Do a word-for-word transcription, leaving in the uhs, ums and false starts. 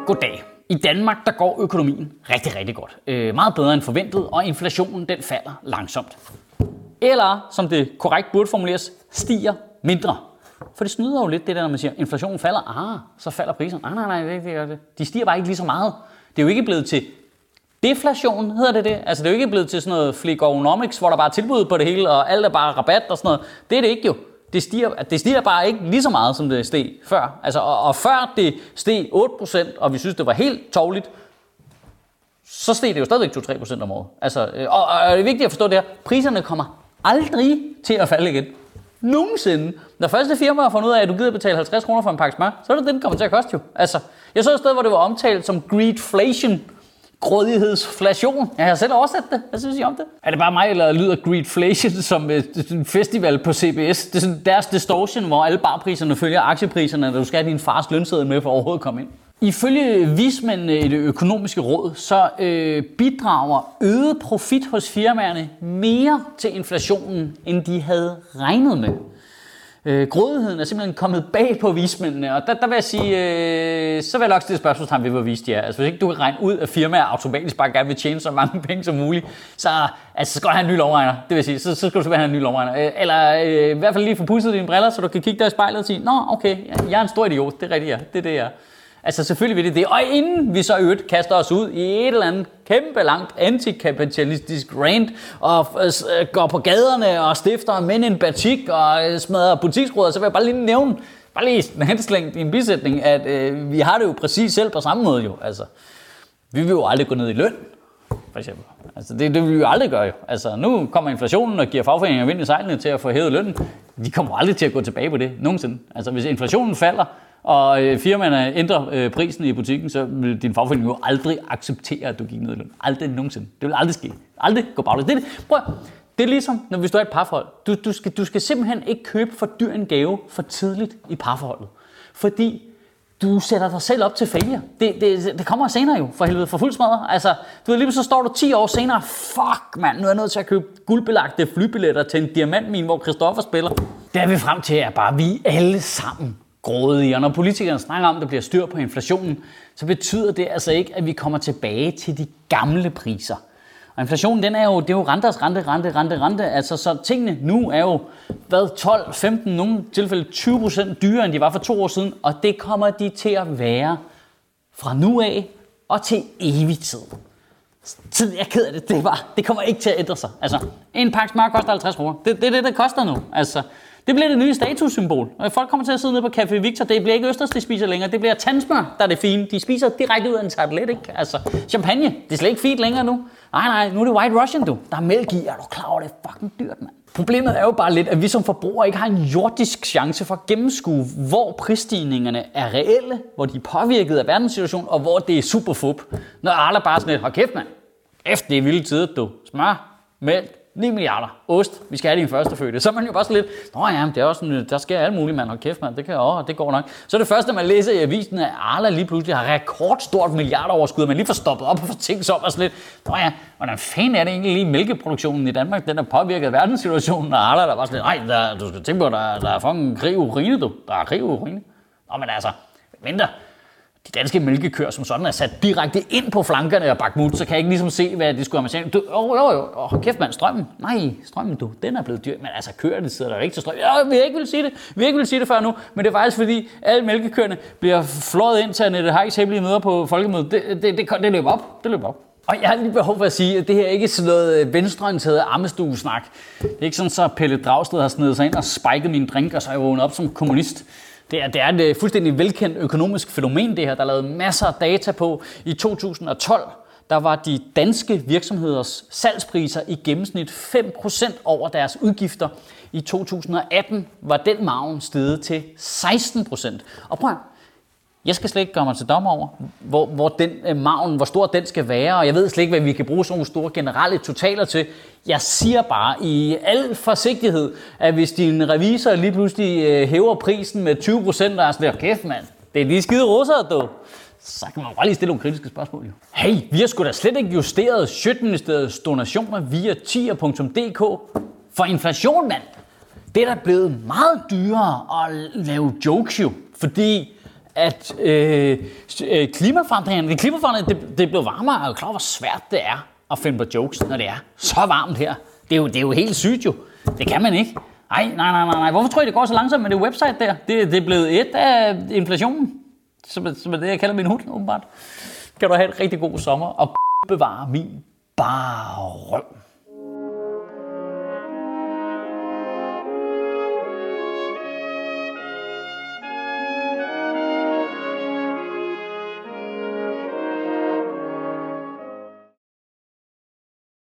Goddag. I Danmark der går økonomien rigtig, rigtig godt. Øh, meget bedre end forventet, og inflationen den falder langsomt. Eller, som det korrekt burde formuleres, stiger mindre. For det snyder jo lidt det der, når man siger, inflationen falder, ah, så falder priserne. Ah, nej, nej, det, det, det. De stiger bare ikke lige så meget. Det er jo ikke blevet til deflation, hedder det det. Altså det er jo ikke blevet til sådan noget Fligonomics, hvor der bare er tilbud på det hele, og alt er bare rabat og sådan noget. Det er det ikke jo. Det stiger, det stiger bare ikke lige så meget, som det steg før. Altså, og, og før det steg otte procent, og vi synes, det var helt tovligt, så steg det jo stadigvæk to til tre procent om året. Altså, og, og det er vigtigt at forstå det her. Priserne kommer aldrig til at falde igen. Nogensinde. Når første firma har fundet ud af, at du gider betale halvtreds kroner for en pakke smør, så er det det, den kommer til at koste jo. Altså, jeg så et sted, hvor det var omtalt som greedflation. Grådighedsflation. Jeg har selv oversat det. Hvad synes I om det? Er det bare mig, eller lyder greedflation som en festival på C B S? Det er sådan deres distortion, hvor alle barpriserne følger aktiepriserne, og du skal have din fars lønseddel med for overhovedet at komme ind. Ifølge vismændene i det økonomiske råd, så øh, bidrager øget profit hos firmaerne mere til inflationen, end de havde regnet med. Øh, grådigheden er simpelthen kommet bag på vismændene, og der, der vil jeg sige, øh, så vil jeg nok stille spørgsmålstegn ved, hvor vist de er. Altså hvis ikke du kan regne ud, at firmaer automatisk bare gerne vil tjene så mange penge som muligt, så, altså, så skal du have en ny lovregner, det vil sige, så, så skal du have en ny lovregner. Øh, eller øh, i hvert fald lige få pudset dine briller, så du kan kigge dig i spejlet og sige, nå okay, jeg er en stor idiot, det er rigtigt, ja, det er det, jeg er. Altså selvfølgelig vil det det, og inden vi så øvrigt kaster os ud i et eller andet kæmpe langt antikapitalistisk rant, og øh, går på gaderne og stifter men en batik og øh, smadrer butiksruder, så vil jeg bare lige nævne, bare lige en henslæng i en bisætning, at øh, vi har det jo præcis selv på samme måde jo. Altså, vi vil jo aldrig gå ned i løn, for eksempel. Altså det, det vil vi jo aldrig gøre jo. Altså nu kommer inflationen og giver fagforeninger vind i sejlene til at få hævet lønnen. De kommer aldrig til at gå tilbage på det, nogensinde. Altså hvis inflationen falder, og øh, firmaerne ændrer øh, prisen i butikken, så vil din fagforening jo aldrig acceptere, at du gik ned i løn. Aldrig nogensinde. Det vil aldrig ske. Aldrig gå baglæns. Det, det, prøv, det er ligesom, når hvis du er et parforhold. Du, du, skal, du skal simpelthen ikke købe for dyr en gave for tidligt i parforholdet. Fordi du sætter dig selv op til failure. Det, det, det kommer senere jo, for helvede, for fuld smadret. Altså, du ved, lige så står du ti år senere, fuck mand, nu er jeg nødt til at købe guldbelagte flybilletter til en diamantmine, hvor Christoffer spiller. Det er vi frem til, er bare, vi alle sammen grådige. Og når politikerne snakker om, at der bliver styr på inflationen, så betyder det altså ikke, at vi kommer tilbage til de gamle priser. Og inflationen, den er jo, det er jo renters rente, rente, rente, rente. Altså, så tingene nu er jo, hvad, tolv, femten, nogle tilfælde tyve procent dyrere, end de var for to år siden. Og det kommer de til at være fra nu af og til evig tid. Tid, jeg er ked af det, det, var, det kommer ikke til at ændre sig. Altså, en pakke smør koster halvtreds kroner. Det er det, det, det koster nu. Altså, det bliver det nye statussymbol. Og folk kommer til at sidde nede på Café Victor. Det bliver ikke østers, de spiser længere. Det bliver tandsmør, der er det fine. De spiser direkte ud af en tablet, ikke? Altså, champagne, det er slet ikke fint længere nu. Nej, nej, nu er det White Russian, du. Der er mælk i. Er du klar over, det er fucking dyrt, mand? Problemet er jo bare lidt, at vi som forbrugere ikke har en jordisk chance for at gennemskue, hvor prisstigningerne er reelle, hvor de er påvirket af verdenssituationen, og hvor det er super fup. Når alle bare sådan lidt, hold kæft, mand. Efter det er vilde tider, du. Smør, mælk, ni milliarder, ost, vi skal have din første fødte. Så er man jo bare så lidt, nå ja, det er også sådan, der sker alt muligt, man. Hold kæft, man, det kan åh, det går nok. Så det første, man læser i avisen, er, at Arla lige pludselig har rekordstort milliarderoverskud, man lige får stoppet op og får tænkt sig op og sådan lidt, nå ja, hvordan fanden er det egentlig lige mælkeproduktionen i Danmark, den er påvirket af verdenssituationen, og Arla der var sådan lidt, nej, der, du skal tænke på, der, der er fucking krig i Ukraine, du. Der er krig i Ukraine. Nå, men altså, venter. De danske mælkekøer som sådan er sat direkte ind på flankerne af Bakhmut, så kan jeg ikke ligesom se, hvad de skulle have med. Du, jo, jo, jo, oh, kæft mand, strømmen. Nej, strømmen du, den er blevet dyr. Men altså, køerne sidder der ikke til strøm. Ja, vi ikke vil sige det. Vi ikke vil sige det før nu, men det er faktisk fordi, alle mælkekøerne bliver flået ind til Annette Heiks hemmelige møder på folkemødet. Det, det, det, det løber op. Det løber op. Og jeg har lige behov for at sige, at det her er ikke sådan noget venstreorienteret armestuesnak. Det er ikke sådan, så Pelle Dragsted har snedet sig ind og spiket min drink, og så er jeg vågnet op som kommunist. Det er, det er et fuldstændig velkendt økonomisk fænomen, det her. Der er lavet masser af data på. I to tusind og tolv, der var de danske virksomheders salgspriser i gennemsnit fem procent over deres udgifter. I to tusind og atten var den margen steget til seksten procent. Og prøv at, jeg skal slet ikke gøre mig til dommer over, hvor, hvor, den, øh, margen, hvor stor den skal være, og jeg ved slet ikke, hvad vi kan bruge sådan nogle store generelle totaler til. Jeg siger bare i al forsigtighed, at hvis din revisor lige pludselig øh, hæver prisen med tyve procent, og er sådan der, kæft mand, det er lige skide russer, du. Så kan man bare lige stille nogle kritiske spørgsmål. Jo. Hey, vi har sgu da slet ikke justeret Sjøtministeriets donationer via tier punktum d k for inflation, mand. Det er da blevet meget dyrere at lave jokes jo, fordi at øh, klimaforandringerne, det, klimaforandringerne det, det er blevet varmere, og jeg er klar, hvor svært det er at finde på jokes, når det er så varmt her. Det er jo, det er jo helt sygt jo. Det kan man ikke. Ej, nej, nej, nej, nej. Hvorfor tror I, det går så langsomt med det website der? Det, det er blevet et af inflationen, som, som er det, jeg kalder min hund, åbenbart. Kan du have en rigtig god sommer, og bevare min bare røv.